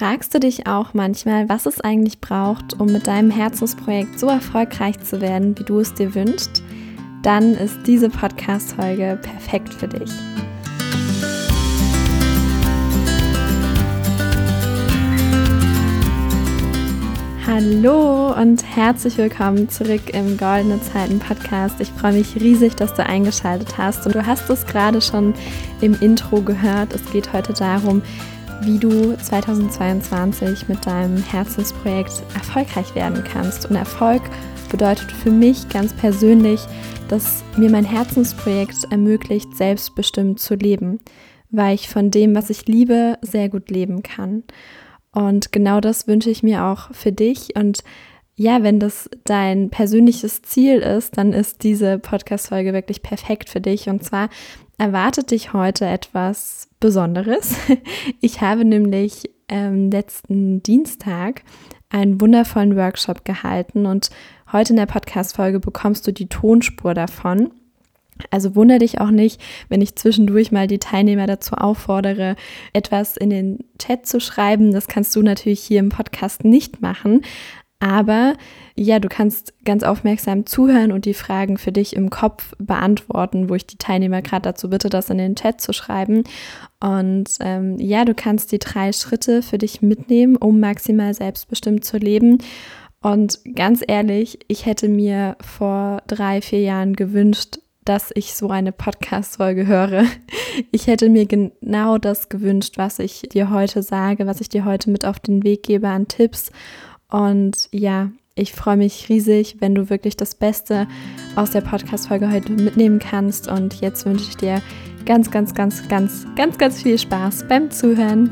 Fragst du dich auch manchmal, was es eigentlich braucht, um mit deinem Herzensprojekt so erfolgreich zu werden, wie du es dir wünschst? Dann ist diese Podcast-Folge perfekt für dich. Hallo und herzlich willkommen zurück im Goldene Zeiten Podcast. Ich freue mich riesig, dass du eingeschaltet hast und du hast es gerade schon im Intro gehört. Es geht heute darum, wie du 2022 mit deinem Herzensprojekt erfolgreich werden kannst. Und Erfolg bedeutet für mich ganz persönlich, dass mir mein Herzensprojekt ermöglicht, selbstbestimmt zu leben, weil ich von dem, was ich liebe, sehr gut leben kann. Und genau das wünsche ich mir auch für dich. Und ja, wenn das dein persönliches Ziel ist, dann ist diese Podcast-Folge wirklich perfekt für dich. Und zwar erwartet dich heute etwas Besonderes. Ich habe nämlich letzten Dienstag einen wundervollen Workshop gehalten und heute in der Podcast-Folge bekommst du die Tonspur davon. Also wundere dich auch nicht, wenn ich zwischendurch mal die Teilnehmer dazu auffordere, etwas in den Chat zu schreiben. Das kannst du natürlich hier im Podcast nicht machen. Aber ja, du kannst ganz aufmerksam zuhören und die Fragen für dich im Kopf beantworten, wo ich die Teilnehmer gerade dazu bitte, das in den Chat zu schreiben. Und ja, du kannst die 3 Schritte für dich mitnehmen, um maximal selbstbestimmt zu leben. Und ganz ehrlich, ich hätte mir vor 3-4 Jahren gewünscht, dass ich so eine Podcast-Folge höre. Ich hätte mir genau das gewünscht, was ich dir heute sage, was ich dir heute mit auf den Weg gebe an Tipps. Und ja, ich freue mich riesig, wenn du wirklich das Beste aus der Podcast-Folge heute mitnehmen kannst. Und jetzt wünsche ich dir ganz viel Spaß beim Zuhören.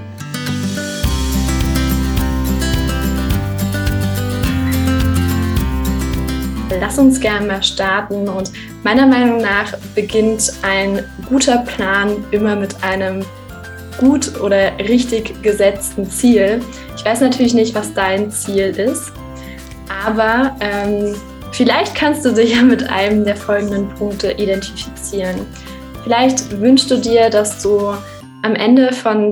Lass uns gerne mal starten und meiner Meinung nach beginnt ein guter Plan immer mit einem gut oder richtig gesetzten Ziel. Ich weiß natürlich nicht, was dein Ziel ist, aber vielleicht kannst du dich ja mit einem der folgenden Punkte identifizieren. Vielleicht wünschst du dir, dass du am Ende von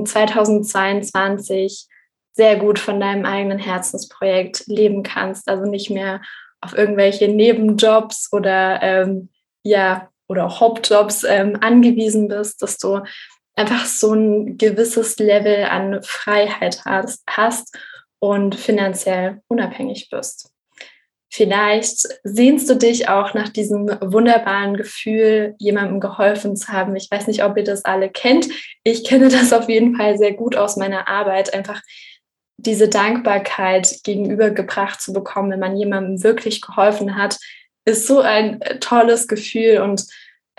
2022 sehr gut von deinem eigenen Herzensprojekt leben kannst, also nicht mehr auf irgendwelche Nebenjobs oder oder auch Hauptjobs angewiesen bist, dass du einfach so ein gewisses Level an Freiheit hast und finanziell unabhängig bist. Vielleicht sehnst du dich auch nach diesem wunderbaren Gefühl, jemandem geholfen zu haben. Ich weiß nicht, ob ihr das alle kennt. Ich kenne das auf jeden Fall sehr gut aus meiner Arbeit, einfach diese Dankbarkeit gegenübergebracht zu bekommen, wenn man jemandem wirklich geholfen hat, ist so ein tolles Gefühl und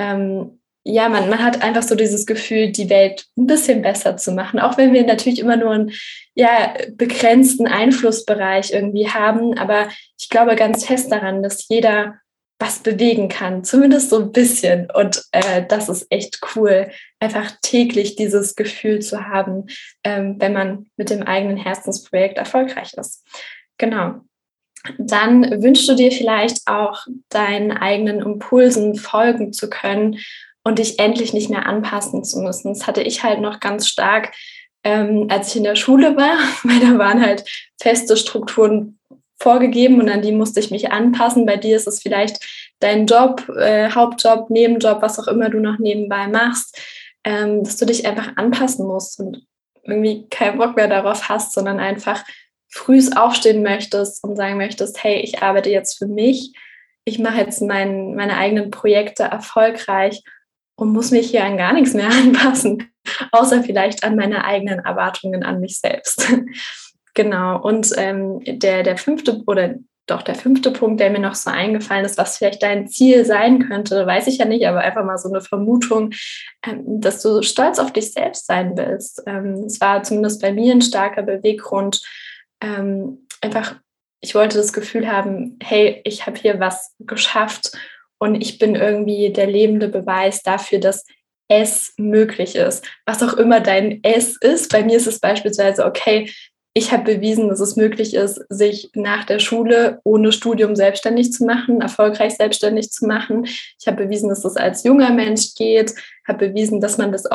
man hat einfach so dieses Gefühl, die Welt ein bisschen besser zu machen, auch wenn wir natürlich immer nur einen begrenzten Einflussbereich irgendwie haben, aber ich glaube ganz fest daran, dass jeder was bewegen kann, zumindest so ein bisschen und das ist echt cool, einfach täglich dieses Gefühl zu haben, wenn man mit dem eigenen Herzensprojekt erfolgreich ist. Genau. Dann wünschst du dir vielleicht auch, deinen eigenen Impulsen folgen zu können und dich endlich nicht mehr anpassen zu müssen. Das hatte ich halt noch ganz stark, als ich in der Schule war, weil da waren halt feste Strukturen vorgegeben und an die musste ich mich anpassen. Bei dir ist es vielleicht dein Job, Hauptjob, Nebenjob, was auch immer du noch nebenbei machst, dass du dich einfach anpassen musst und irgendwie keinen Bock mehr darauf hast, sondern einfach frühs aufstehen möchtest und sagen möchtest, hey, ich arbeite jetzt für mich, ich mache jetzt meine eigenen Projekte erfolgreich und muss mich hier an gar nichts mehr anpassen, außer vielleicht an meine eigenen Erwartungen an mich selbst. Genau, und der fünfte Punkt, der mir noch so eingefallen ist, was vielleicht dein Ziel sein könnte, weiß ich ja nicht, aber einfach mal so eine Vermutung, dass du stolz auf dich selbst sein willst. Es war zumindest bei mir ein starker Beweggrund, einfach, ich wollte das Gefühl haben, hey, ich habe hier was geschafft und ich bin irgendwie der lebende Beweis dafür, dass es möglich ist. Was auch immer dein Es ist. Bei mir ist es beispielsweise, okay, ich habe bewiesen, dass es möglich ist, sich nach der Schule ohne Studium selbstständig zu machen, erfolgreich selbstständig zu machen. Ich habe bewiesen, dass das als junger Mensch geht, habe bewiesen, dass man das auch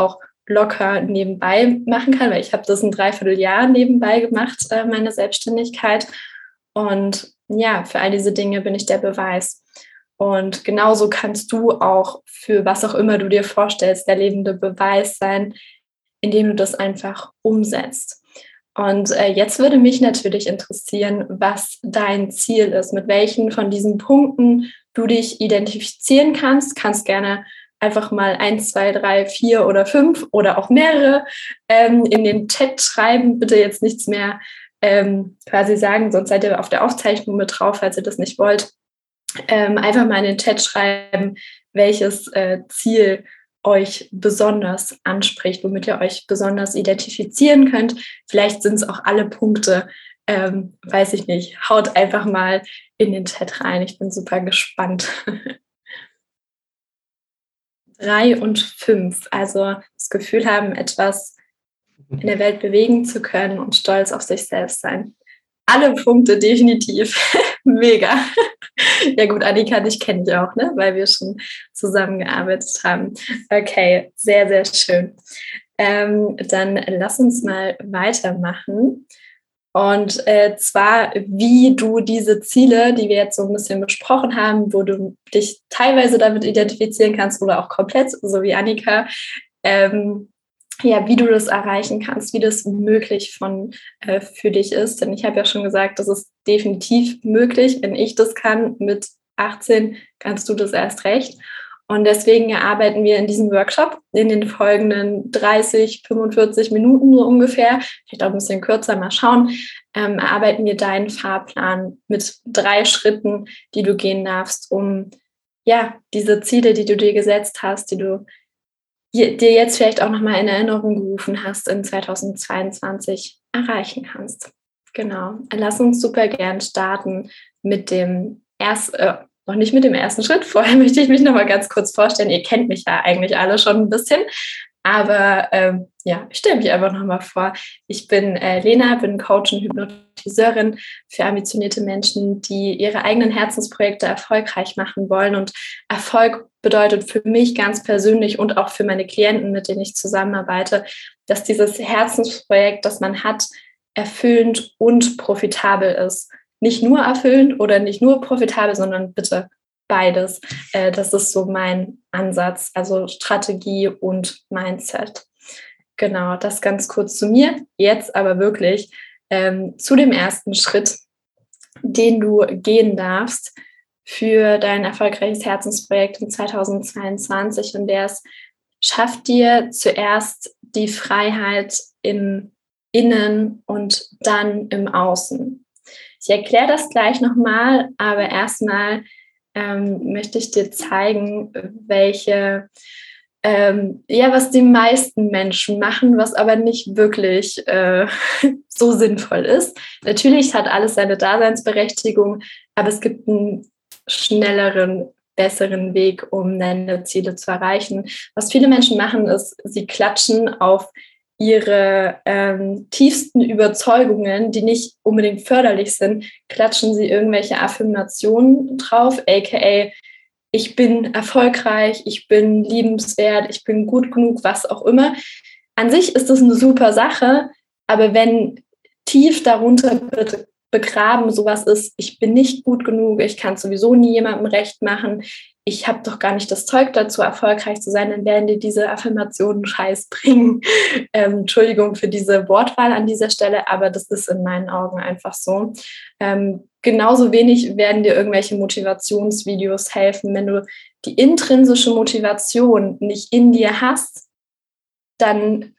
locker nebenbei machen kann, weil ich habe das ein Dreivierteljahr nebenbei gemacht, meine Selbstständigkeit. Und ja, für all diese Dinge bin ich der Beweis. Und genauso kannst du auch für was auch immer du dir vorstellst, der lebende Beweis sein, indem du das einfach umsetzt. Und jetzt würde mich natürlich interessieren, was dein Ziel ist, mit welchen von diesen Punkten du dich identifizieren kannst. Kannst gerne einfach mal 1, 2, 3, 4 oder 5 oder auch mehrere in den Chat schreiben. Bitte jetzt nichts mehr quasi sagen, sonst seid ihr auf der Aufzeichnung mit drauf, falls ihr das nicht wollt. Einfach mal in den Chat schreiben, welches Ziel euch besonders anspricht, womit ihr euch besonders identifizieren könnt. Vielleicht sind es auch alle Punkte, weiß ich nicht. Haut einfach mal in den Chat rein. Ich bin super gespannt. 3 und 5, also das Gefühl haben, etwas in der Welt bewegen zu können und stolz auf sich selbst sein. Alle Punkte definitiv. Mega. Ja gut, Annika, dich kenne ich auch, ne? Weil wir schon zusammengearbeitet haben. Okay, sehr, sehr schön. Dann lass uns mal weitermachen. Und zwar, wie du diese Ziele, die wir jetzt so ein bisschen besprochen haben, wo du dich teilweise damit identifizieren kannst oder auch komplett, so wie Annika, ja, wie du das erreichen kannst, wie das möglich für dich ist. Denn ich habe ja schon gesagt, das ist definitiv möglich. Wenn ich das kann mit 18, kannst du das erst recht. Und deswegen erarbeiten wir in diesem Workshop in den folgenden 30, 45 Minuten so ungefähr, vielleicht auch ein bisschen kürzer, mal schauen, erarbeiten wir deinen Fahrplan mit 3 Schritten, die du gehen darfst, um ja, diese Ziele, die du dir gesetzt hast, die du dir jetzt vielleicht auch nochmal in Erinnerung gerufen hast, in 2022 erreichen kannst. Genau. Lass uns super gern starten mit dem noch nicht mit dem ersten Schritt. Vorher möchte ich mich nochmal ganz kurz vorstellen. Ihr kennt mich ja eigentlich alle schon ein bisschen. Aber ja, ich stelle mich einfach nochmal vor. Ich bin Lena, bin Coach und Hypnotiseurin für ambitionierte Menschen, die ihre eigenen Herzensprojekte erfolgreich machen wollen. Und Erfolg bedeutet für mich ganz persönlich und auch für meine Klienten, mit denen ich zusammenarbeite, dass dieses Herzensprojekt, das man hat, erfüllend und profitabel ist. Nicht nur erfüllend oder nicht nur profitabel, sondern bitte beides. Das ist so mein Ansatz, also Strategie und Mindset. Genau, das ganz kurz zu mir. Jetzt aber wirklich zu dem ersten Schritt, den du gehen darfst für dein erfolgreiches Herzensprojekt in 2022. Und der ist, schaff dir zuerst die Freiheit im Innen und dann im Außen. Ich erkläre das gleich nochmal, aber erstmal möchte ich dir zeigen, was die meisten Menschen machen, was aber nicht wirklich so sinnvoll ist. Natürlich hat alles seine Daseinsberechtigung, aber es gibt einen schnelleren, besseren Weg, um deine Ziele zu erreichen. Was viele Menschen machen, ist, sie klatschen auf ihre tiefsten Überzeugungen, die nicht unbedingt förderlich sind, klatschen sie irgendwelche Affirmationen drauf, aka ich bin erfolgreich, ich bin liebenswert, ich bin gut genug, was auch immer. An sich ist das eine super Sache, aber wenn tief darunter begraben sowas ist, ich bin nicht gut genug, ich kann sowieso nie jemandem recht machen, ich habe doch gar nicht das Zeug dazu, erfolgreich zu sein, dann werden dir diese Affirmationen Scheiß bringen. Entschuldigung für diese Wortwahl an dieser Stelle, aber das ist in meinen Augen einfach so. Genauso wenig werden dir irgendwelche Motivationsvideos helfen. Wenn du die intrinsische Motivation nicht in dir hast, dann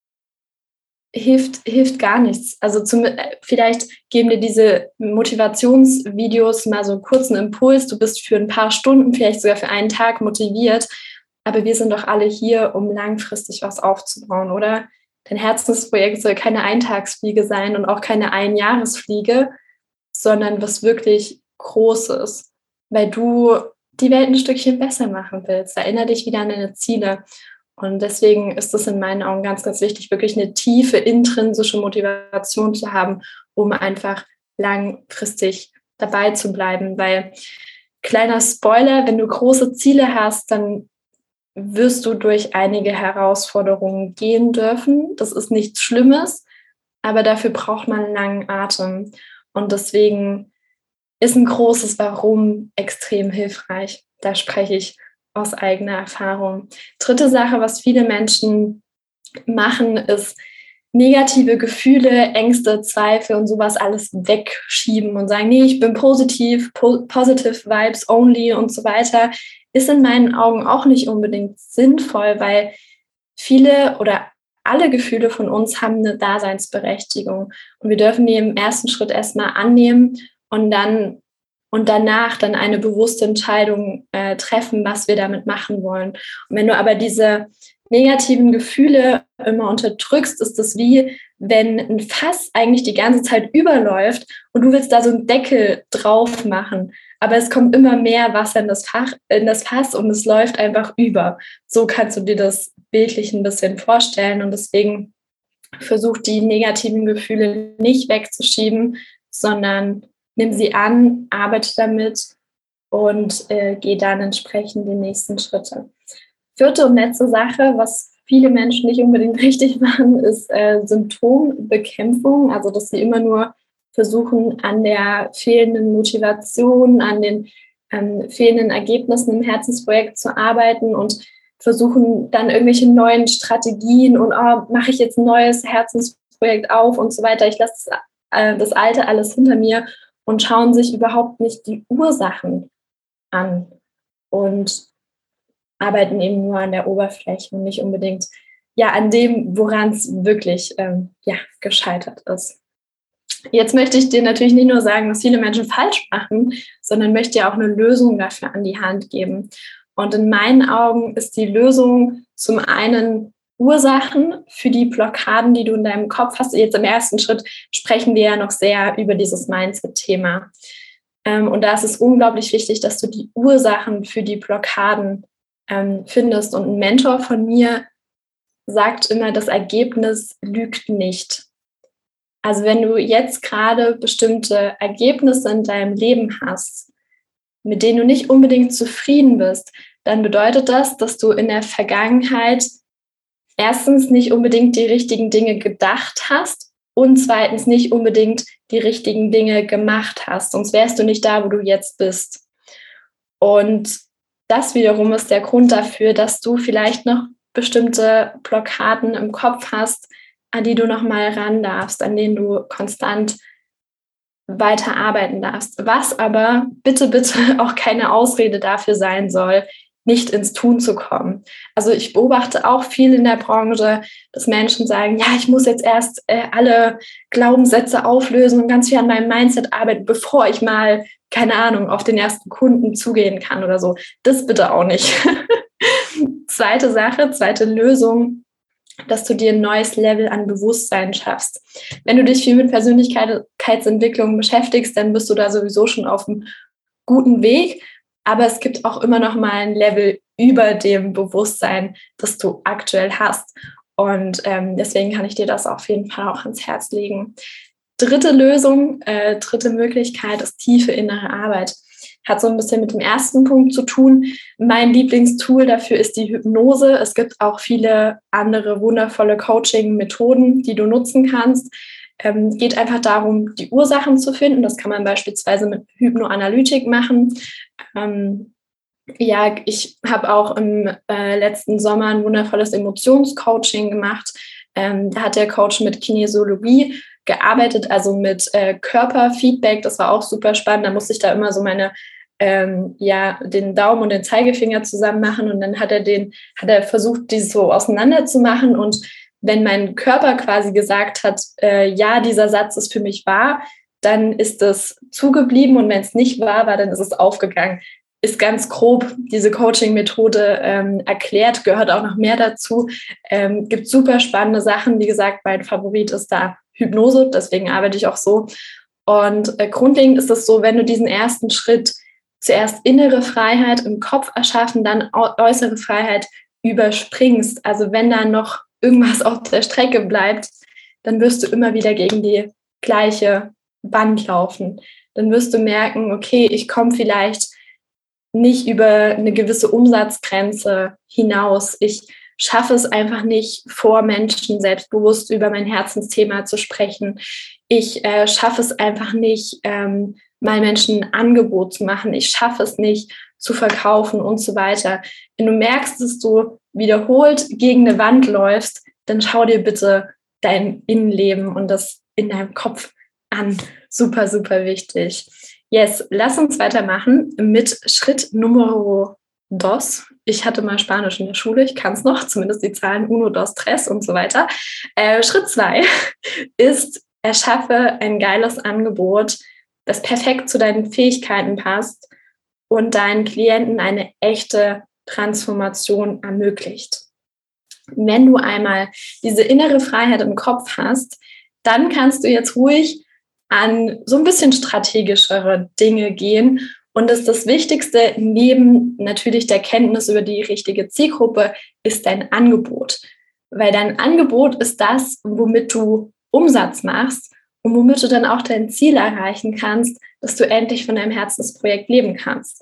hilft gar nichts. Also vielleicht geben dir diese Motivationsvideos mal so einen kurzen Impuls. Du bist für ein paar Stunden, vielleicht sogar für einen Tag motiviert. Aber wir sind doch alle hier, um langfristig was aufzubauen, oder? Dein Herzensprojekt soll keine Eintagsfliege sein und auch keine Einjahresfliege, sondern was wirklich Großes, weil du die Welt ein Stückchen besser machen willst. Erinnere dich wieder an deine Ziele. Und deswegen ist es in meinen Augen ganz, ganz wichtig, wirklich eine tiefe intrinsische Motivation zu haben, um einfach langfristig dabei zu bleiben. Weil, kleiner Spoiler, wenn du große Ziele hast, dann wirst du durch einige Herausforderungen gehen dürfen. Das ist nichts Schlimmes, aber dafür braucht man einen langen Atem. Und deswegen ist ein großes Warum extrem hilfreich. Da spreche ich aus eigener Erfahrung. Dritte Sache, was viele Menschen machen, ist negative Gefühle, Ängste, Zweifel und sowas alles wegschieben und sagen, nee, ich bin positiv, positive Vibes only und so weiter, ist in meinen Augen auch nicht unbedingt sinnvoll, weil viele oder alle Gefühle von uns haben eine Daseinsberechtigung und wir dürfen die im ersten Schritt erstmal annehmen und danach dann eine bewusste Entscheidung treffen, was wir damit machen wollen. Und wenn du aber diese negativen Gefühle immer unterdrückst, ist das wie, wenn ein Fass eigentlich die ganze Zeit überläuft und du willst da so einen Deckel drauf machen. Aber es kommt immer mehr Wasser in das Fass und es läuft einfach über. So kannst du dir das bildlich ein bisschen vorstellen. Und deswegen versuch die negativen Gefühle nicht wegzuschieben, sondern nimm sie an, arbeite damit und geh dann entsprechend die nächsten Schritte. Vierte und letzte Sache, was viele Menschen nicht unbedingt richtig machen, ist Symptombekämpfung. Also, dass sie immer nur versuchen, an der fehlenden Motivation, an den fehlenden Ergebnissen im Herzensprojekt zu arbeiten und versuchen dann irgendwelche neuen Strategien und mache ich jetzt ein neues Herzensprojekt auf und so weiter. Ich lasse das Alte alles hinter mir und schauen sich überhaupt nicht die Ursachen an und arbeiten eben nur an der Oberfläche und nicht unbedingt an dem, woran es wirklich gescheitert ist. Jetzt möchte ich dir natürlich nicht nur sagen, was viele Menschen falsch machen, sondern möchte dir auch eine Lösung dafür an die Hand geben. Und in meinen Augen ist die Lösung zum einen Ursachen für die Blockaden, die du in deinem Kopf hast. Jetzt im ersten Schritt sprechen wir ja noch sehr über dieses Mindset-Thema. Und da ist es unglaublich wichtig, dass du die Ursachen für die Blockaden findest. Und ein Mentor von mir sagt immer, das Ergebnis lügt nicht. Also wenn du jetzt gerade bestimmte Ergebnisse in deinem Leben hast, mit denen du nicht unbedingt zufrieden bist, dann bedeutet das, dass du in der Vergangenheit erstens nicht unbedingt die richtigen Dinge gedacht hast und zweitens nicht unbedingt die richtigen Dinge gemacht hast. Sonst wärst du nicht da, wo du jetzt bist. Und das wiederum ist der Grund dafür, dass du vielleicht noch bestimmte Blockaden im Kopf hast, an die du nochmal ran darfst, an denen du konstant weiter arbeiten darfst. Was aber bitte auch keine Ausrede dafür sein soll, nicht ins Tun zu kommen. Also ich beobachte auch viel in der Branche, dass Menschen sagen, ja, ich muss jetzt erst alle Glaubenssätze auflösen und ganz viel an meinem Mindset arbeiten, bevor ich mal, keine Ahnung, auf den ersten Kunden zugehen kann oder so. Das bitte auch nicht. Zweite Lösung, dass du dir ein neues Level an Bewusstsein schaffst. Wenn du dich viel mit Persönlichkeitsentwicklung beschäftigst, dann bist du da sowieso schon auf einem guten Weg. Aber es gibt auch immer noch mal ein Level über dem Bewusstsein, das du aktuell hast. Und deswegen kann ich dir das auf jeden Fall auch ans Herz legen. Dritte Möglichkeit ist tiefe innere Arbeit. Hat so ein bisschen mit dem ersten Punkt zu tun. Mein Lieblingstool dafür ist die Hypnose. Es gibt auch viele andere wundervolle Coaching-Methoden, die du nutzen kannst. Geht einfach darum, die Ursachen zu finden. Das kann man beispielsweise mit Hypnoanalytik machen. Ich habe auch im letzten Sommer ein wundervolles Emotionscoaching gemacht. Da hat der Coach mit Kinesiologie gearbeitet, also mit Körperfeedback. Das war auch super spannend. Da musste ich da immer so meine den Daumen und den Zeigefinger zusammen machen und dann hat er versucht, die so auseinander zu machen und wenn mein Körper quasi gesagt hat, ja, dieser Satz ist für mich wahr, dann ist das zugeblieben und wenn es nicht wahr war, dann ist es aufgegangen. Ist ganz grob diese Coaching-Methode erklärt, gehört auch noch mehr dazu. Gibt super spannende Sachen. Wie gesagt, mein Favorit ist da Hypnose, deswegen arbeite ich auch so. Und grundlegend ist es so, wenn du diesen ersten Schritt zuerst innere Freiheit im Kopf erschaffen, dann äußere Freiheit überspringst. Also wenn da noch irgendwas auf der Strecke bleibt, dann wirst du immer wieder gegen die gleiche Wand laufen. Dann wirst du merken, okay, ich komme vielleicht nicht über eine gewisse Umsatzgrenze hinaus. Ich schaffe es einfach nicht, vor Menschen selbstbewusst über mein Herzensthema zu sprechen. Ich schaffe es einfach nicht, mal Menschen ein Angebot zu machen. Ich schaffe es nicht, zu verkaufen und so weiter. Wenn du merkst, dass du wiederholt gegen eine Wand läufst, dann schau dir bitte dein Innenleben und das in deinem Kopf an. Super, super wichtig. Yes, lass uns weitermachen mit Schritt Numero dos. Ich hatte mal Spanisch in der Schule, ich kann es noch, zumindest die Zahlen uno, dos, tres und so weiter. Schritt 2 ist, erschaffe ein geiles Angebot, das perfekt zu deinen Fähigkeiten passt und deinen Klienten eine echte Transformation ermöglicht. Wenn du einmal diese innere Freiheit im Kopf hast, dann kannst du jetzt ruhig an so ein bisschen strategischere Dinge gehen. Und das Wichtigste neben natürlich der Kenntnis über die richtige Zielgruppe ist dein Angebot. Weil dein Angebot ist das, womit du Umsatz machst und womit du dann auch dein Ziel erreichen kannst, dass du endlich von deinem Herzensprojekt leben kannst.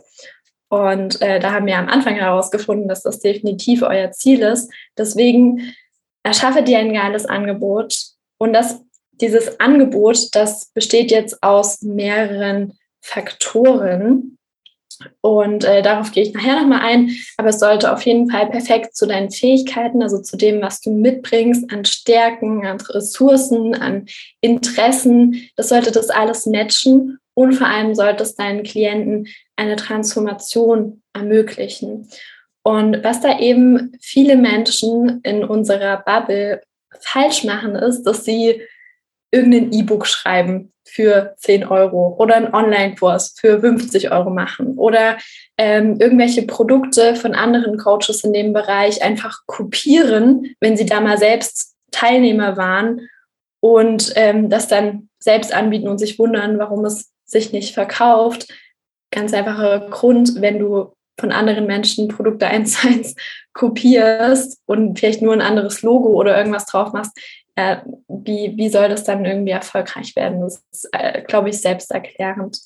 Und da haben wir am Anfang herausgefunden, dass das definitiv euer Ziel ist. Deswegen erschaffe dir ein geiles Angebot. Und dieses Angebot, das besteht jetzt aus mehreren Faktoren. Und darauf gehe ich nachher nochmal ein. Aber es sollte auf jeden Fall perfekt zu deinen Fähigkeiten, also zu dem, was du mitbringst, an Stärken, an Ressourcen, an Interessen, das sollte das alles matchen. Und vor allem sollte es deinen Klienten eine Transformation ermöglichen. Und was da eben viele Menschen in unserer Bubble falsch machen, ist, dass sie irgendein E-Book schreiben für 10 Euro oder einen Online-Kurs für 50 Euro machen oder irgendwelche Produkte von anderen Coaches in dem Bereich einfach kopieren, wenn sie da mal selbst Teilnehmer waren und das dann selbst anbieten und sich wundern, warum es sich nicht verkauft. Ganz einfacher Grund, wenn du von anderen Menschen Produkte 1:1 kopierst und vielleicht nur ein anderes Logo oder irgendwas drauf machst, wie soll das dann irgendwie erfolgreich werden? Das ist, glaube ich, selbsterklärend.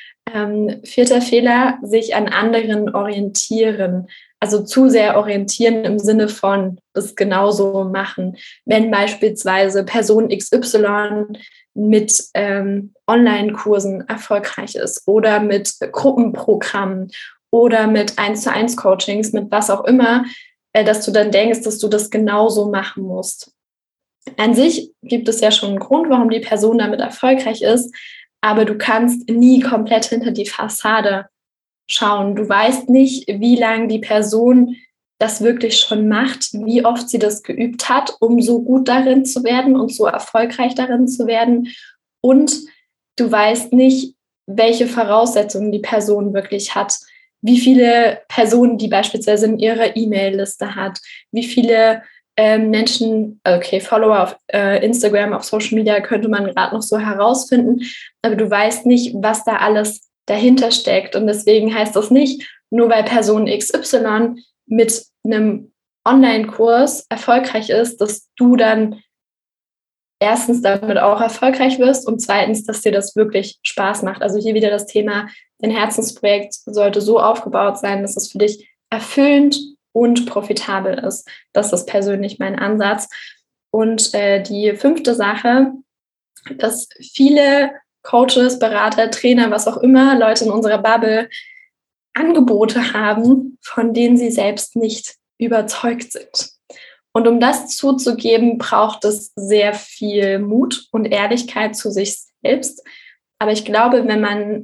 4. Fehler, sich an anderen orientieren. Also zu sehr orientieren im Sinne von das genauso machen. Wenn beispielsweise Person XY mit Online-Kursen erfolgreich ist oder mit Gruppenprogrammen oder mit 1:1 Coachings, mit was auch immer, dass du dann denkst, dass du das genauso machen musst. An sich gibt es ja schon einen Grund, warum die Person damit erfolgreich ist, aber du kannst nie komplett hinter die Fassade schauen. Du weißt nicht, wie lange die Person das wirklich schon macht, wie oft sie das geübt hat, um so gut darin zu werden und so erfolgreich darin zu werden. Und du weißt nicht, welche Voraussetzungen die Person wirklich hat, wie viele Personen die beispielsweise in ihrer E-Mail-Liste hat, wie viele Menschen, okay, Follower auf Instagram, auf Social Media könnte man gerade noch so herausfinden, aber du weißt nicht, was da alles dahinter steckt. Und deswegen heißt das nicht, nur weil Person XY mit einem Online-Kurs erfolgreich ist, dass du dann erstens damit auch erfolgreich wirst und zweitens, dass dir das wirklich Spaß macht. Also hier wieder das Thema, dein Herzensprojekt sollte so aufgebaut sein, dass es für dich erfüllend und profitabel ist. Das ist persönlich mein Ansatz. Und die 5. Sache, dass viele Coaches, Berater, Trainer, was auch immer, Leute in unserer Bubble Angebote haben, von denen sie selbst nicht überzeugt sind. Und um das zuzugeben, braucht es sehr viel Mut und Ehrlichkeit zu sich selbst. Aber ich glaube, wenn man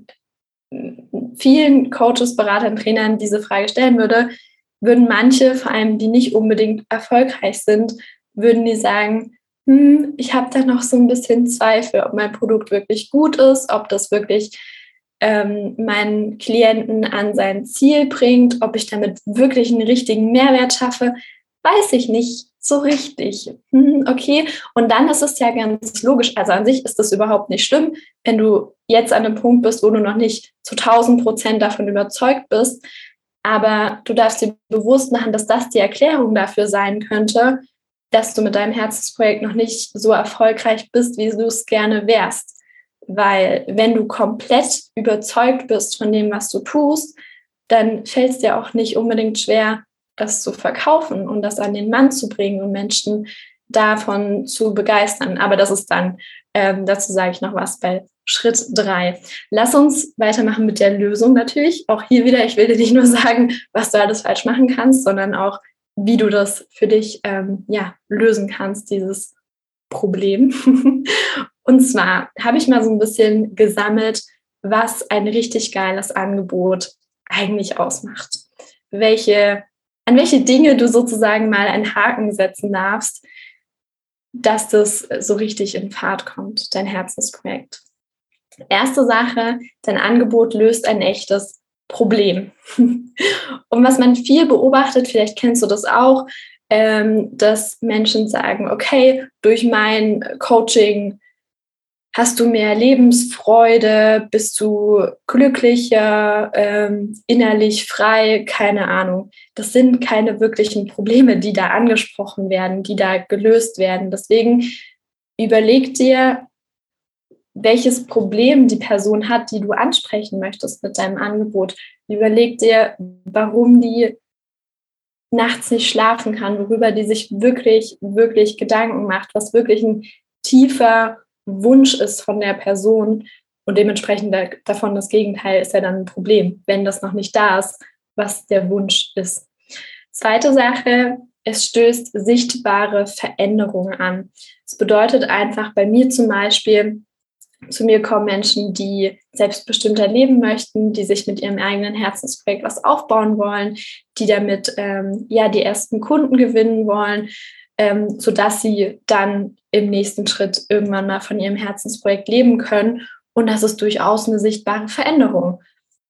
vielen Coaches, Beratern, Trainern diese Frage stellen würde, würden manche, vor allem die nicht unbedingt erfolgreich sind, würden die sagen, ich habe da noch so ein bisschen Zweifel, ob mein Produkt wirklich gut ist, ob das wirklich meinen Klienten an sein Ziel bringt, ob ich damit wirklich einen richtigen Mehrwert schaffe, weiß ich nicht so richtig. Okay, und dann ist es ja ganz logisch, also an sich ist das überhaupt nicht schlimm, wenn du jetzt an einem Punkt bist, wo du noch nicht zu 1000% davon überzeugt bist, aber du darfst dir bewusst machen, dass das die Erklärung dafür sein könnte, dass du mit deinem Herzensprojekt noch nicht so erfolgreich bist, wie du es gerne wärst. Weil wenn du komplett überzeugt bist von dem, was du tust, dann fällt es dir auch nicht unbedingt schwer, das zu verkaufen und das an den Mann zu bringen und Menschen davon zu begeistern. Aber das ist dann, dazu sage ich noch was bei Schritt 3. Lass uns weitermachen mit der Lösung natürlich. Auch hier wieder, ich will dir nicht nur sagen, was du alles falsch machen kannst, sondern auch, wie du das für dich lösen kannst, dieses Problem. Und zwar habe ich mal so ein bisschen gesammelt, was ein richtig geiles Angebot eigentlich ausmacht. An welche Dinge du sozusagen mal einen Haken setzen darfst, dass das so richtig in Fahrt kommt, dein Herzensprojekt. Erste Sache, dein Angebot löst ein echtes Problem. Und was man viel beobachtet, vielleicht kennst du das auch, dass Menschen sagen, okay, durch mein Coaching hast du mehr Lebensfreude, bist du glücklicher, innerlich frei, keine Ahnung. Das sind keine wirklichen Probleme, die da angesprochen werden, die da gelöst werden. Deswegen überleg dir, welches Problem die Person hat, die du ansprechen möchtest mit deinem Angebot. Überleg dir, warum die nachts nicht schlafen kann, worüber die sich wirklich, wirklich Gedanken macht, was wirklich ein tiefer Wunsch ist von der Person und dementsprechend davon das Gegenteil ist ja dann ein Problem, wenn das noch nicht da ist, was der Wunsch ist. Zweite Sache, es stößt sichtbare Veränderungen an. Das bedeutet einfach bei mir zum Beispiel, zu mir kommen Menschen, die selbstbestimmter leben möchten, die sich mit ihrem eigenen Herzensprojekt was aufbauen wollen, die damit die ersten Kunden gewinnen wollen, sodass sie dann im nächsten Schritt irgendwann mal von ihrem Herzensprojekt leben können. Und das ist durchaus eine sichtbare Veränderung.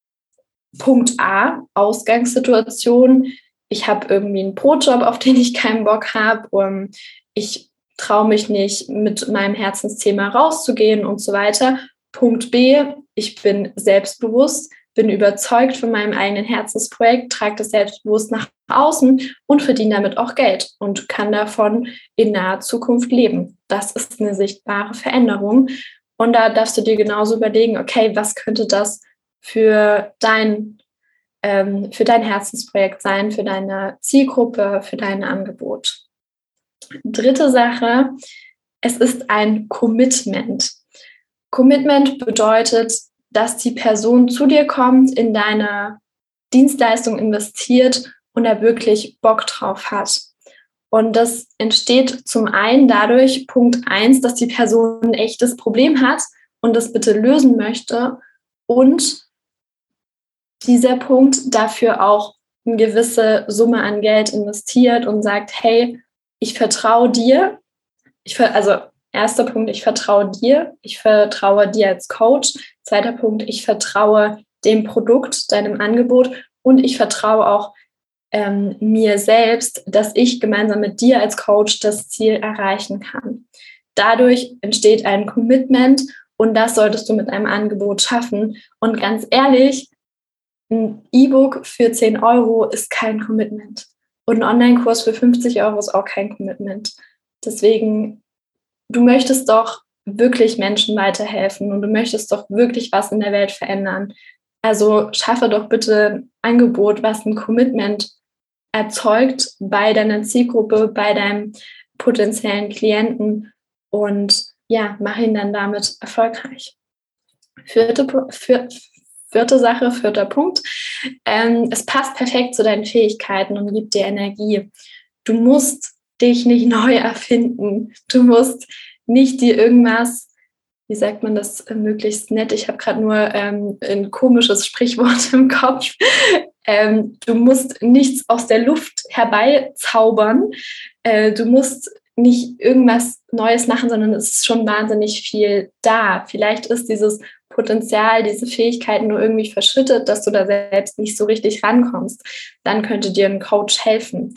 Punkt A, Ausgangssituation. Ich habe irgendwie einen Brotjob, auf den ich keinen Bock habe. Ich traue mich nicht, mit meinem Herzensthema rauszugehen und so weiter. Punkt B, ich bin selbstbewusst, bin überzeugt von meinem eigenen Herzensprojekt, trage das selbstbewusst nach außen und verdiene damit auch Geld und kann davon in naher Zukunft leben. Das ist eine sichtbare Veränderung. Und da darfst du dir genauso überlegen, okay, was könnte das für dein Herzensprojekt sein, für deine Zielgruppe, für dein Angebot. Dritte Sache, es ist ein Commitment. Commitment bedeutet, dass die Person zu dir kommt, in deine Dienstleistung investiert und da wirklich Bock drauf hat. Und das entsteht zum einen dadurch, Punkt 1, dass die Person ein echtes Problem hat und das bitte lösen möchte und dieser Punkt dafür auch eine gewisse Summe an Geld investiert und sagt, hey, ich vertraue dir. Erster Punkt, ich vertraue dir als Coach. Zweiter Punkt, ich vertraue dem Produkt, deinem Angebot und ich vertraue auch mir selbst, dass ich gemeinsam mit dir als Coach das Ziel erreichen kann. Dadurch entsteht ein Commitment und das solltest du mit einem Angebot schaffen. Und ganz ehrlich, ein E-Book für 10 Euro ist kein Commitment. Und ein Online-Kurs für 50 Euro ist auch kein Commitment. Deswegen, du möchtest doch wirklich Menschen weiterhelfen und du möchtest doch wirklich was in der Welt verändern. Also schaffe doch bitte ein Angebot, was ein Commitment erzeugt bei deiner Zielgruppe, bei deinem potenziellen Klienten und mach ihn dann damit erfolgreich. Vierter Punkt. Es passt perfekt zu deinen Fähigkeiten und gibt dir Energie. Du musst dich nicht neu erfinden. Du musst nicht dir irgendwas, wie sagt man das möglichst nett? Ich habe gerade nur ein komisches Sprichwort im Kopf. Du musst nichts aus der Luft herbeizaubern. Du musst nicht irgendwas Neues machen, sondern es ist schon wahnsinnig viel da. Vielleicht ist dieses Potenzial, diese Fähigkeiten nur irgendwie verschüttet, dass du da selbst nicht so richtig rankommst. Dann könnte dir ein Coach helfen.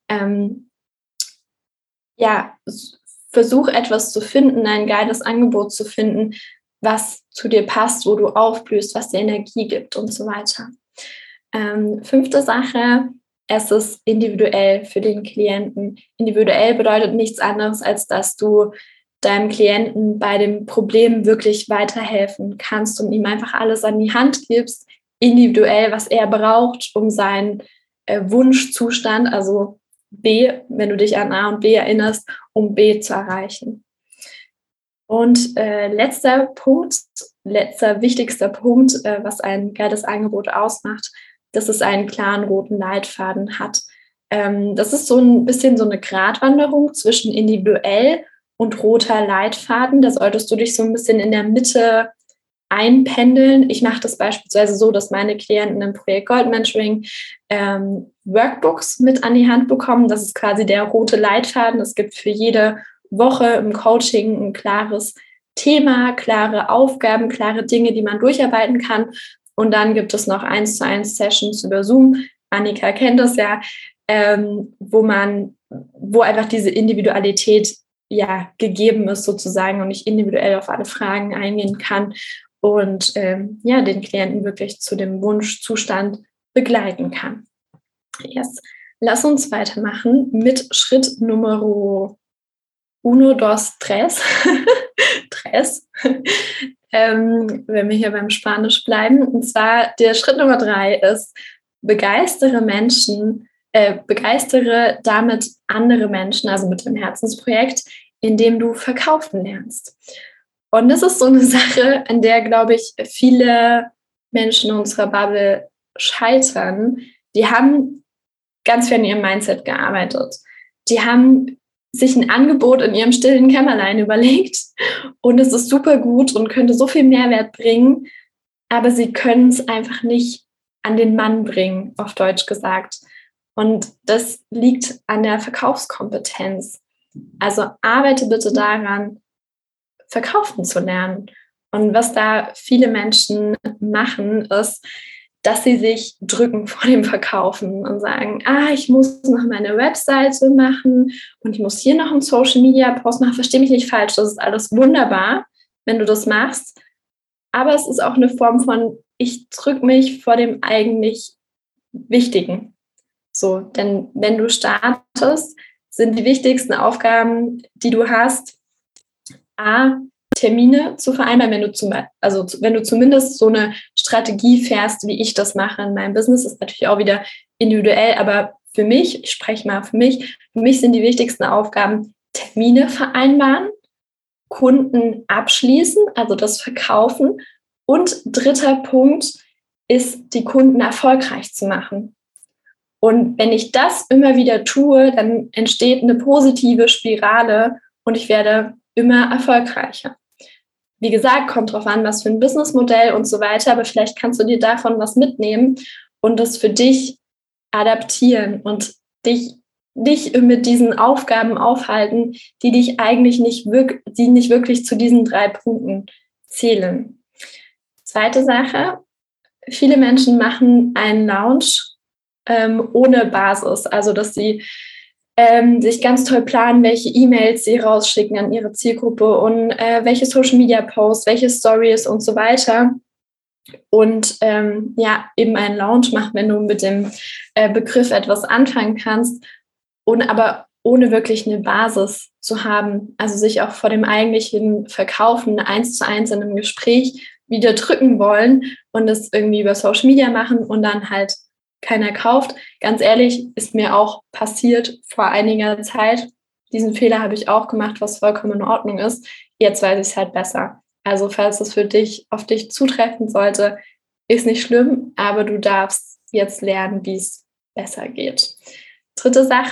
Versuch etwas zu finden, ein geiles Angebot zu finden, was zu dir passt, wo du aufblühst, was dir Energie gibt und so weiter. 5. Sache, es ist individuell für den Klienten. Individuell bedeutet nichts anderes, als dass du deinem Klienten bei dem Problem wirklich weiterhelfen kannst und ihm einfach alles an die Hand gibst, individuell, was er braucht, um seinen Wunschzustand, also B, wenn du dich an A und B erinnerst, um B zu erreichen. Und letzter wichtigster Punkt, was ein geiles Angebot ausmacht, dass es einen klaren roten Leitfaden hat. Das ist so ein bisschen so eine Gratwanderung zwischen individuell und roter Leitfaden. Da solltest du dich so ein bisschen in der Mitte einpendeln. Ich mache das beispielsweise so, dass meine Klienten im Projekt Gold Mentoring Workbooks mit an die Hand bekommen. Das ist quasi der rote Leitfaden. Es gibt für jede Woche im Coaching ein klares Thema, klare Aufgaben, klare Dinge, die man durcharbeiten kann. Und dann gibt es noch 1:1 Sessions über Zoom. Annika kennt das ja, wo einfach diese Individualität ja gegeben ist sozusagen und ich individuell auf alle Fragen eingehen kann und den Klienten wirklich zu dem Wunschzustand begleiten kann. Yes. Lass uns weitermachen mit Schritt Nummer uno, dos, tres. Tres. Wenn wir hier beim Spanisch bleiben. Und zwar der Schritt Nummer 3 ist, begeistere damit andere Menschen, also mit dem Herzensprojekt, indem du verkaufen lernst. Und das ist so eine Sache, an der, glaube ich, viele Menschen in unserer Bubble scheitern. Die haben ganz viel an ihrem Mindset gearbeitet. Die haben sich ein Angebot in ihrem stillen Kämmerlein überlegt und es ist super gut und könnte so viel Mehrwert bringen, aber sie können es einfach nicht an den Mann bringen, auf Deutsch gesagt. Und das liegt an der Verkaufskompetenz. Also arbeite bitte daran, verkaufen zu lernen. Und was da viele Menschen machen, ist, dass sie sich drücken vor dem Verkaufen und sagen, ich muss noch meine Webseite machen und ich muss hier noch einen Social-Media-Post machen. Versteh mich nicht falsch, das ist alles wunderbar, wenn du das machst. Aber es ist auch eine Form von, ich drücke mich vor dem eigentlich Wichtigen. So, denn wenn du startest, sind die wichtigsten Aufgaben, die du hast, Termine zu vereinbaren, wenn du zumindest so eine Strategie fährst, wie ich das mache in meinem Business, ist natürlich auch wieder individuell, aber für mich, ich spreche mal für mich sind die wichtigsten Aufgaben Termine vereinbaren, Kunden abschließen, also das Verkaufen und dritter Punkt ist, die Kunden erfolgreich zu machen. Und wenn ich das immer wieder tue, dann entsteht eine positive Spirale und ich werde immer erfolgreicher. Wie gesagt, kommt drauf an, was für ein Businessmodell und so weiter, aber vielleicht kannst du dir davon was mitnehmen und das für dich adaptieren und dich mit diesen Aufgaben aufhalten, die dich eigentlich nicht wirklich zu diesen 3 Punkten zählen. Zweite Sache, viele Menschen machen einen Launch ohne Basis, also dass sie sich ganz toll planen, welche E-Mails sie rausschicken an ihre Zielgruppe und welche Social-Media-Posts, welche Stories und so weiter. Und eben einen Launch machen, wenn du mit dem Begriff etwas anfangen kannst, aber ohne wirklich eine Basis zu haben. Also sich auch vor dem eigentlichen Verkaufen 1:1 in einem Gespräch wieder drücken wollen und das irgendwie über Social Media machen und dann halt keiner kauft. Ganz ehrlich, ist mir auch passiert vor einiger Zeit. Diesen Fehler habe ich auch gemacht, was vollkommen in Ordnung ist. Jetzt weiß ich es halt besser. Also falls es auf dich zutreffen sollte, ist nicht schlimm, aber du darfst jetzt lernen, wie es besser geht. Dritte Sache,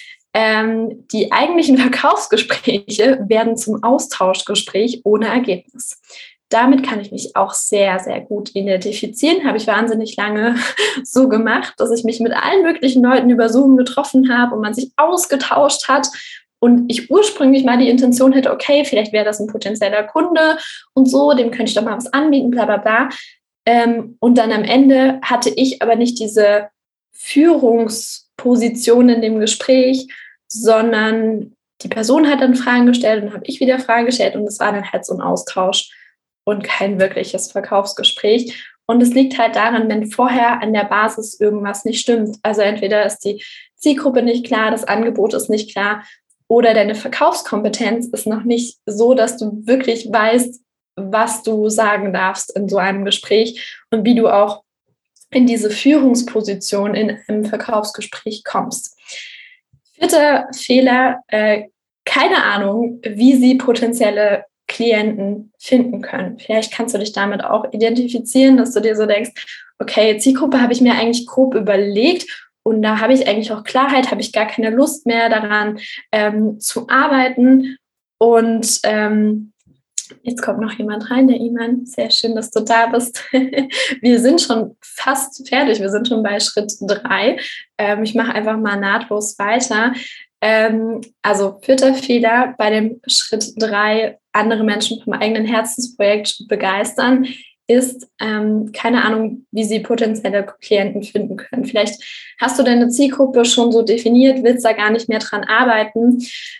die eigentlichen Verkaufsgespräche werden zum Austauschgespräch ohne Ergebnis. Damit kann ich mich auch sehr, sehr gut identifizieren. Habe ich wahnsinnig lange so gemacht, dass ich mich mit allen möglichen Leuten über Zoom getroffen habe und man sich ausgetauscht hat. Und ich ursprünglich mal die Intention hätte, okay, vielleicht wäre das ein potenzieller Kunde und so, dem könnte ich doch mal was anbieten, bla bla bla. Und dann am Ende hatte ich aber nicht diese Führungsposition in dem Gespräch, sondern die Person hat dann Fragen gestellt und habe ich wieder Fragen gestellt und es war dann halt so ein Austausch und kein wirkliches Verkaufsgespräch. Und es liegt halt daran, wenn vorher an der Basis irgendwas nicht stimmt. Also entweder ist die Zielgruppe nicht klar, das Angebot ist nicht klar oder deine Verkaufskompetenz ist noch nicht so, dass du wirklich weißt, was du sagen darfst in so einem Gespräch und wie du auch in diese Führungsposition in einem Verkaufsgespräch kommst. 4. Fehler, keine Ahnung, wie sie potenzielle Klienten finden können. Vielleicht kannst du dich damit auch identifizieren, dass du dir so denkst, okay, Zielgruppe habe ich mir eigentlich grob überlegt und da habe ich eigentlich auch Klarheit, habe ich gar keine Lust mehr daran zu arbeiten. Und jetzt kommt noch jemand rein, der Iman. Sehr schön, dass du da bist. Wir sind schon fast fertig. Wir sind schon bei Schritt 3. Ich mache einfach mal nahtlos weiter. Also 4. Fehler bei dem Schritt 3, andere Menschen vom eigenen Herzensprojekt begeistern, ist keine Ahnung, wie sie potenzielle Klienten finden können. Vielleicht hast du deine Zielgruppe schon so definiert, willst da gar nicht mehr dran arbeiten,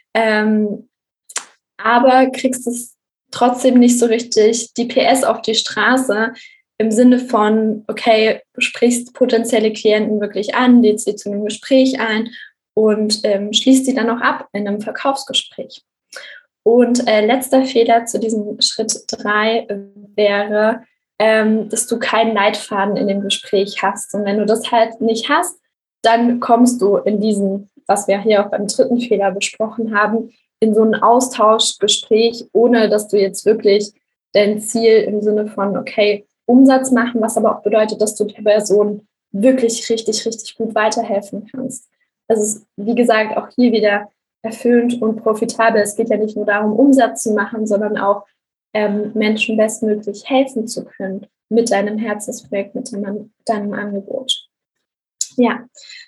aber kriegst es trotzdem nicht so richtig die PS auf die Straße im Sinne von, okay, du sprichst potenzielle Klienten wirklich an, lädst sie zu einem Gespräch ein und schließt sie dann auch ab in einem Verkaufsgespräch. Und letzter Fehler zu diesem Schritt 3 wäre, dass du keinen Leitfaden in dem Gespräch hast. Und wenn du das halt nicht hast, dann kommst du in diesen, was wir hier auch beim 3. Fehler besprochen haben, in so ein Austauschgespräch, ohne dass du jetzt wirklich dein Ziel im Sinne von, okay, Umsatz machen, was aber auch bedeutet, dass du der Person wirklich richtig, richtig gut weiterhelfen kannst. Das ist, wie gesagt, auch hier wieder erfüllend und profitabel. Es geht ja nicht nur darum, Umsatz zu machen, sondern auch Menschen bestmöglich helfen zu können mit deinem Herzensprojekt, mit deinem Angebot. Ja,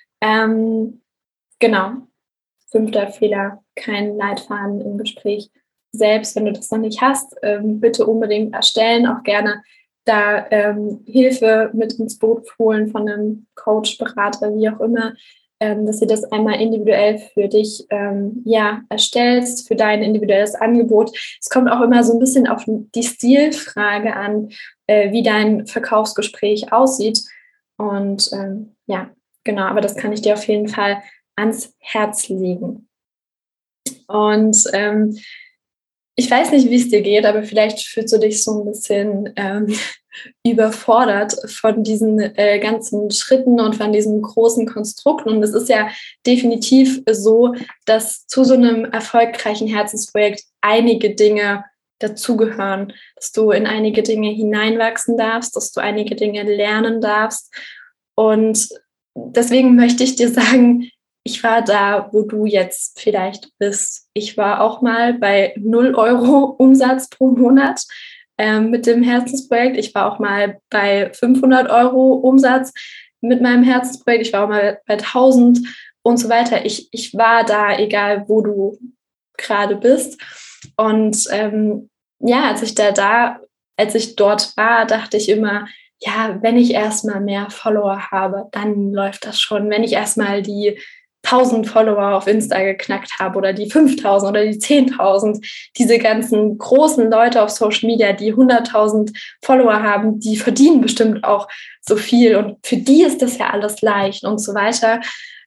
genau. 5. Fehler, kein Leitfaden im Gespräch. Selbst wenn du das noch nicht hast, bitte unbedingt erstellen, auch gerne da Hilfe mit ins Boot holen von einem Coach, Berater, wie auch immer, dass du das einmal individuell für dich erstellst, für dein individuelles Angebot. Es kommt auch immer so ein bisschen auf die Stilfrage an, wie dein Verkaufsgespräch aussieht. Und genau, aber das kann ich dir auf jeden Fall ans Herz legen. Und ich weiß nicht, wie es dir geht, aber vielleicht fühlst du dich so ein bisschen überfordert von diesen ganzen Schritten und von diesem großen Konstrukt. Und es ist ja definitiv so, dass zu so einem erfolgreichen Herzensprojekt einige Dinge dazugehören, dass du in einige Dinge hineinwachsen darfst, dass du einige Dinge lernen darfst. Und deswegen möchte ich dir sagen, ich war da, wo du jetzt vielleicht bist. Ich war auch mal bei 0 € Umsatz pro Monat mit dem Herzensprojekt. Ich war auch mal bei 500 € Umsatz mit meinem Herzensprojekt. Ich war auch mal bei 1000 und so weiter. Ich war da, egal wo du gerade bist. Und als ich dort war, dachte ich immer, ja, wenn ich erstmal mehr Follower habe, dann läuft das schon. Wenn ich erstmal die 1000 Follower auf Insta geknackt habe oder die 5000 oder die 10.000, diese ganzen großen Leute auf Social Media, die 100.000 Follower haben, die verdienen bestimmt auch so viel und für die ist das ja alles leicht und so weiter.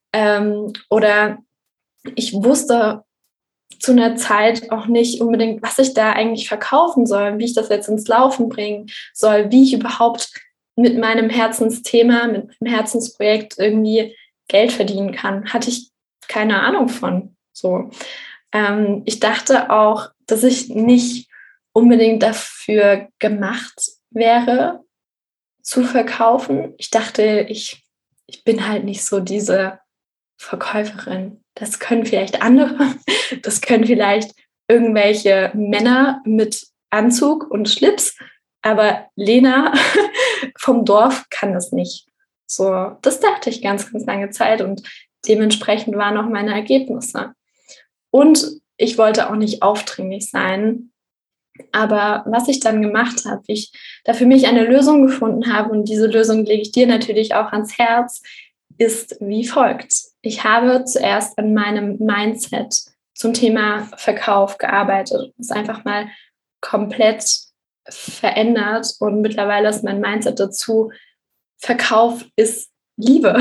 Oder ich wusste zu einer Zeit auch nicht unbedingt, was ich da eigentlich verkaufen soll, wie ich das jetzt ins Laufen bringen soll, wie ich überhaupt mit meinem Herzensthema, mit meinem Herzensprojekt irgendwie Geld verdienen kann. Hatte ich keine Ahnung von. So. Ich dachte auch, dass ich nicht unbedingt dafür gemacht wäre, zu verkaufen. Ich dachte, ich bin halt nicht so diese Verkäuferin. Das können vielleicht andere, das können vielleicht irgendwelche Männer mit Anzug und Schlips, aber Lena vom Dorf kann das nicht. So, das dachte ich ganz, ganz lange Zeit und dementsprechend waren auch meine Ergebnisse. Und ich wollte auch nicht aufdringlich sein. Aber was ich dann gemacht habe, wie ich da für mich eine Lösung gefunden habe, und diese Lösung lege ich dir natürlich auch ans Herz, ist wie folgt. Ich habe zuerst an meinem Mindset zum Thema Verkauf gearbeitet. Das ist einfach mal komplett verändert und mittlerweile ist mein Mindset dazu, Verkauf ist Liebe,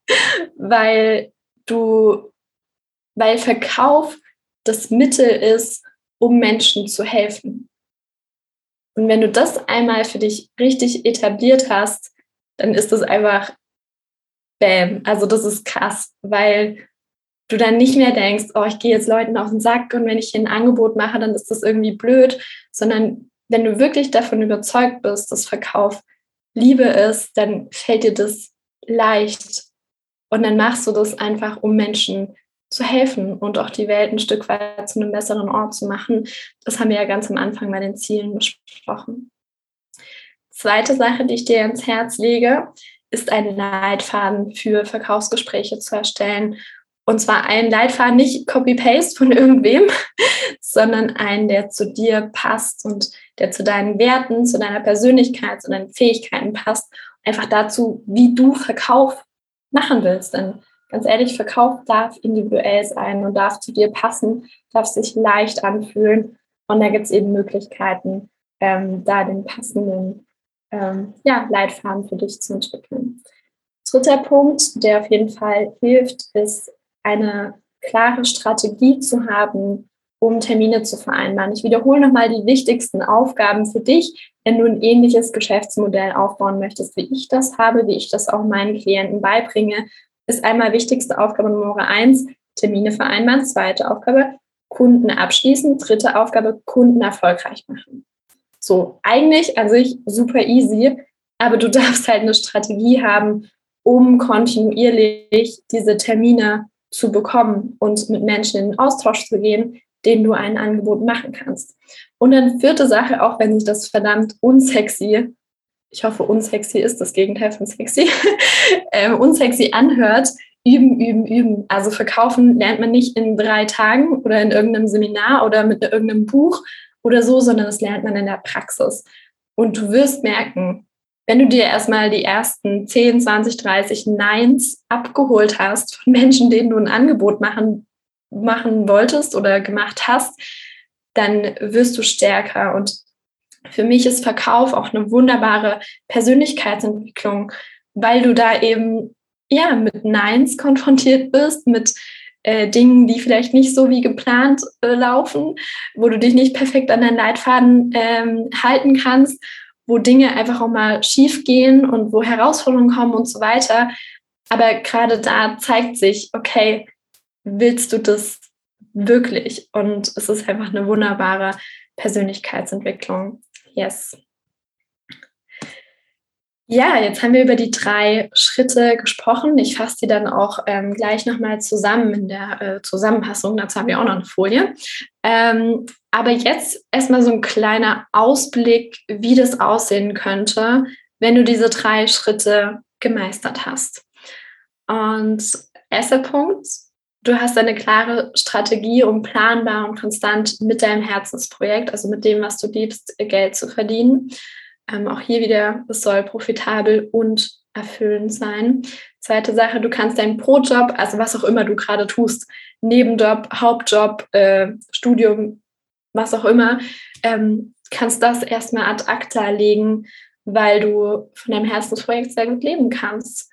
weil Verkauf das Mittel ist, um Menschen zu helfen. Und wenn du das einmal für dich richtig etabliert hast, dann ist das einfach Bam. Also das ist krass, weil du dann nicht mehr denkst, oh, ich gehe jetzt Leuten auf den Sack und wenn ich hier ein Angebot mache, dann ist das irgendwie blöd, sondern wenn du wirklich davon überzeugt bist, dass Verkauf Liebe ist, dann fällt dir das leicht und dann machst du das einfach, um Menschen zu helfen und auch die Welt ein Stück weit zu einem besseren Ort zu machen. Das haben wir ja ganz am Anfang bei den Zielen besprochen. Zweite Sache, die ich dir ans Herz lege, ist einen Leitfaden für Verkaufsgespräche zu erstellen. Und zwar einen Leitfaden, nicht Copy-Paste von irgendwem, sondern einen, der zu dir passt und der zu deinen Werten, zu deiner Persönlichkeit, zu deinen Fähigkeiten passt. Einfach dazu, wie du Verkauf machen willst. Denn ganz ehrlich, Verkauf darf individuell sein und darf zu dir passen, darf sich leicht anfühlen. Und da gibt es eben Möglichkeiten, da den passenden Leitfaden für dich zu entwickeln. Dritter Punkt, der auf jeden Fall hilft, ist eine klare Strategie zu haben, um Termine zu vereinbaren. Ich wiederhole nochmal die wichtigsten Aufgaben für dich, wenn du ein ähnliches Geschäftsmodell aufbauen möchtest, wie ich das habe, wie ich das auch meinen Klienten beibringe, ist einmal wichtigste Aufgabe Nummer 1, Termine vereinbaren. Zweite Aufgabe, Kunden abschließen. Dritte Aufgabe, Kunden erfolgreich machen. So, eigentlich an sich super easy, aber du darfst halt eine Strategie haben, um kontinuierlich diese Termine zu bekommen und mit Menschen in den Austausch zu gehen, denen du ein Angebot machen kannst. Und dann vierte Sache, auch wenn sich das verdammt unsexy, ich hoffe unsexy ist das Gegenteil von sexy, unsexy anhört, üben, üben, üben. Also verkaufen lernt man nicht in 3 Tagen oder in irgendeinem Seminar oder mit irgendeinem Buch oder so, sondern das lernt man in der Praxis. Und du wirst merken, wenn du dir erstmal die ersten 10, 20, 30 Neins abgeholt hast von Menschen, denen du ein Angebot machen wolltest oder gemacht hast, dann wirst du stärker. Und für mich ist Verkauf auch eine wunderbare Persönlichkeitsentwicklung, weil du da eben mit Neins konfrontiert bist, mit Dingen, die vielleicht nicht so wie geplant laufen, wo du dich nicht perfekt an deinen Leitfaden halten kannst, wo Dinge einfach auch mal schief gehen und wo Herausforderungen kommen und so weiter. Aber gerade da zeigt sich, okay, willst du das wirklich? Und es ist einfach eine wunderbare Persönlichkeitsentwicklung. Yes. Ja, jetzt haben wir über die 3 Schritte gesprochen. Ich fasse die dann auch gleich nochmal zusammen in der Zusammenfassung. Dazu habe ich auch noch eine Folie. Aber jetzt erstmal so ein kleiner Ausblick, wie das aussehen könnte, wenn du diese 3 Schritte gemeistert hast. Und erster Punkt, du hast eine klare Strategie, um planbar und konstant mit deinem Herzensprojekt, also mit dem, was du liebst, Geld zu verdienen. Auch hier wieder, es soll profitabel und erfüllend sein. Zweite Sache, du kannst deinen Brotjob, also was auch immer du gerade tust, Nebenjob, Hauptjob, Studium, was auch immer, kannst das erstmal ad acta legen, weil du von deinem Herzensprojekt sehr gut leben kannst.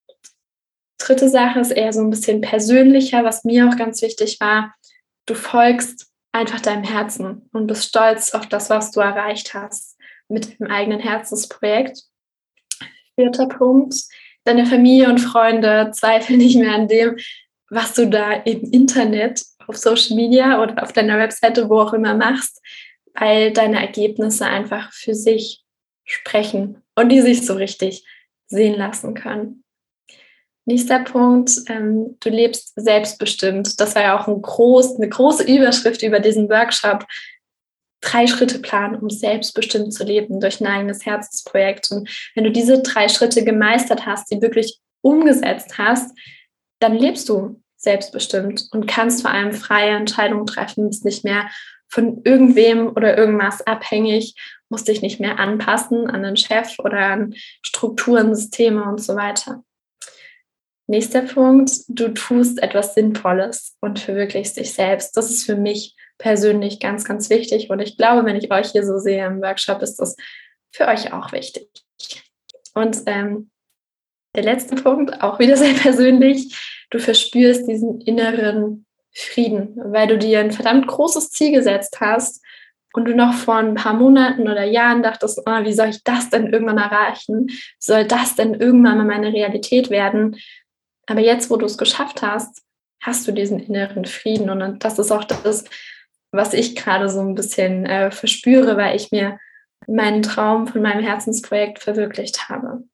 Dritte Sache ist eher so ein bisschen persönlicher, was mir auch ganz wichtig war. Du folgst einfach deinem Herzen und bist stolz auf das, was du erreicht hast mit dem eigenen Herzensprojekt. Vierter Punkt, deine Familie und Freunde zweifeln nicht mehr an dem, was du da im Internet, auf Social Media oder auf deiner Webseite, wo auch immer machst, weil deine Ergebnisse einfach für sich sprechen und die sich so richtig sehen lassen können. Nächster Punkt, du lebst selbstbestimmt. Das war ja auch eine große Überschrift über diesen Workshop. 3 Schritte planen, um selbstbestimmt zu leben durch ein eigenes Herzensprojekt. Und wenn du diese 3 Schritte gemeistert hast, die wirklich umgesetzt hast, dann lebst du selbstbestimmt und kannst vor allem freie Entscheidungen treffen, bist nicht mehr von irgendwem oder irgendwas abhängig, musst dich nicht mehr anpassen an den Chef oder an Strukturen, Systeme und so weiter. Nächster Punkt, du tust etwas Sinnvolles und verwirklichst dich selbst. Das ist für mich persönlich ganz, ganz wichtig. Und ich glaube, wenn ich euch hier so sehe im Workshop, ist das für euch auch wichtig. Und der letzte Punkt, auch wieder sehr persönlich, du verspürst diesen inneren Frieden, weil du dir ein verdammt großes Ziel gesetzt hast, und du noch vor ein paar Monaten oder Jahren dachtest, oh, wie soll ich das denn irgendwann erreichen? Wie soll das denn irgendwann mal meine Realität werden? Aber jetzt, wo du es geschafft hast, hast du diesen inneren Frieden. Und das ist auch das, was ich gerade so ein bisschen verspüre, weil ich mir meinen Traum von meinem Herzensprojekt verwirklicht habe.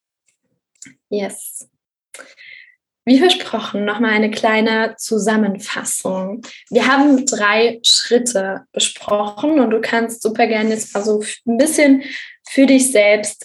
Yes. Wie versprochen, nochmal eine kleine Zusammenfassung. Wir haben 3 Schritte besprochen und du kannst super gerne jetzt mal so ein bisschen für dich selbst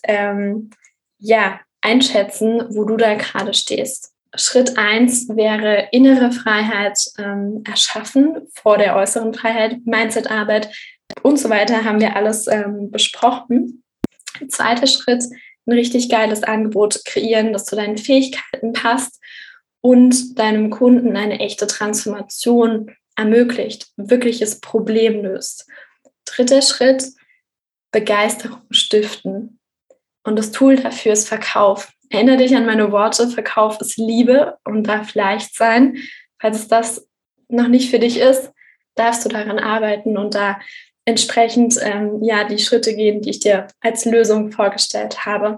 einschätzen, wo du da gerade stehst. Schritt 1 wäre innere Freiheit erschaffen vor der äußeren Freiheit, Mindsetarbeit und so weiter, haben wir alles besprochen. Zweiter Schritt, ein richtig geiles Angebot kreieren, das zu deinen Fähigkeiten passt und deinem Kunden eine echte Transformation ermöglicht, wirkliches Problem löst. Dritter Schritt, Begeisterung stiften. Und das Tool dafür ist Verkauf. Erinnere dich an meine Worte, Verkauf ist Liebe und darf leicht sein. Falls es das noch nicht für dich ist, darfst du daran arbeiten und da entsprechend die Schritte gehen, die ich dir als Lösung vorgestellt habe.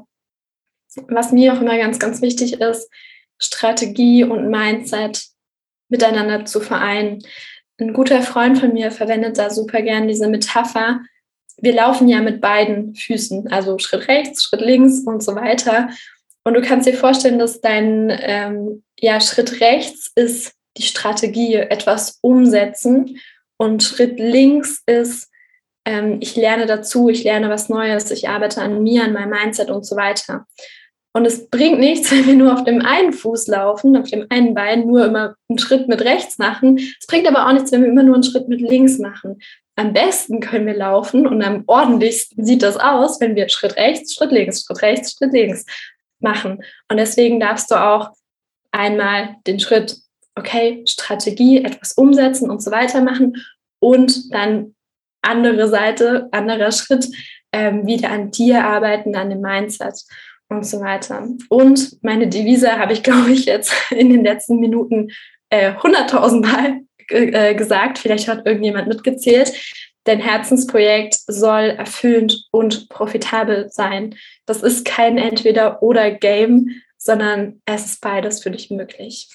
Was mir auch immer ganz, ganz wichtig ist, Strategie und Mindset miteinander zu vereinen. Ein guter Freund von mir verwendet da super gern diese Metapher. Wir laufen ja mit beiden Füßen, also Schritt rechts, Schritt links und so weiter. Und du kannst dir vorstellen, dass dein Schritt rechts ist die Strategie, etwas umsetzen. Und Schritt links ist, ich lerne dazu, ich lerne was Neues, ich arbeite an mir, an meinem Mindset und so weiter. Und es bringt nichts, wenn wir nur auf dem einen Fuß laufen, auf dem einen Bein nur immer einen Schritt mit rechts machen. Es bringt aber auch nichts, wenn wir immer nur einen Schritt mit links machen. Am besten können wir laufen und am ordentlichsten sieht das aus, wenn wir Schritt rechts, Schritt links, Schritt rechts, Schritt links machen. Und deswegen darfst du auch einmal den Schritt, okay, Strategie, etwas umsetzen und so weiter machen und dann andere Seite, anderer Schritt, wieder an dir arbeiten, an dem Mindset und so weiter. Und meine Devise habe ich, glaube ich, jetzt in den letzten Minuten 100.000 Mal gesagt. Vielleicht hat irgendjemand mitgezählt. Dein Herzensprojekt soll erfüllend und profitabel sein. Das ist kein Entweder-oder-Game, sondern es ist beides für dich möglich.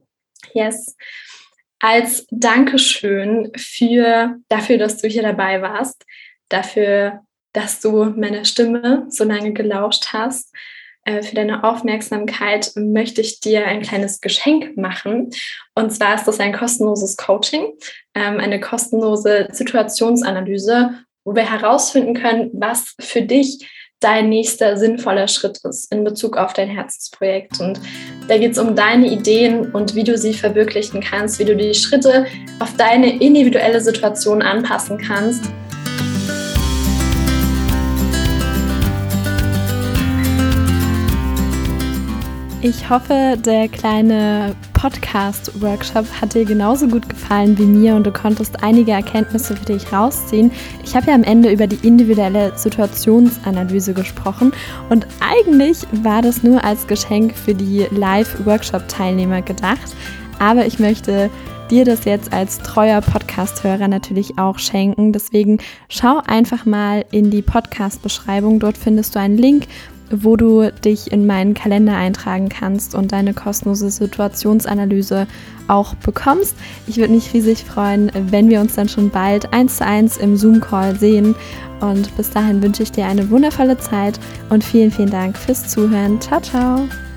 Yes. Als Dankeschön dafür, dass du hier dabei warst, dafür, dass du meiner Stimme so lange gelauscht hast, für deine Aufmerksamkeit möchte ich dir ein kleines Geschenk machen. Und zwar ist das ein kostenloses Coaching, eine kostenlose Situationsanalyse, wo wir herausfinden können, was für dich dein nächster sinnvoller Schritt ist in Bezug auf dein Herzensprojekt. Und da geht es um deine Ideen und wie du sie verwirklichen kannst, wie du die Schritte auf deine individuelle Situation anpassen kannst. Ich hoffe, der kleine Podcast-Workshop hat dir genauso gut gefallen wie mir und du konntest einige Erkenntnisse für dich rausziehen. Ich habe ja am Ende über die individuelle Situationsanalyse gesprochen und eigentlich war das nur als Geschenk für die Live-Workshop-Teilnehmer gedacht, aber ich möchte dir das jetzt als treuer Podcast-Hörer natürlich auch schenken. Deswegen schau einfach mal in die Podcast-Beschreibung, dort findest du einen Link, wo du dich in meinen Kalender eintragen kannst und deine kostenlose Situationsanalyse auch bekommst. Ich würde mich riesig freuen, wenn wir uns dann schon bald 1:1 im Zoom-Call sehen. Und bis dahin wünsche ich dir eine wundervolle Zeit und vielen, vielen Dank fürs Zuhören. Ciao, ciao!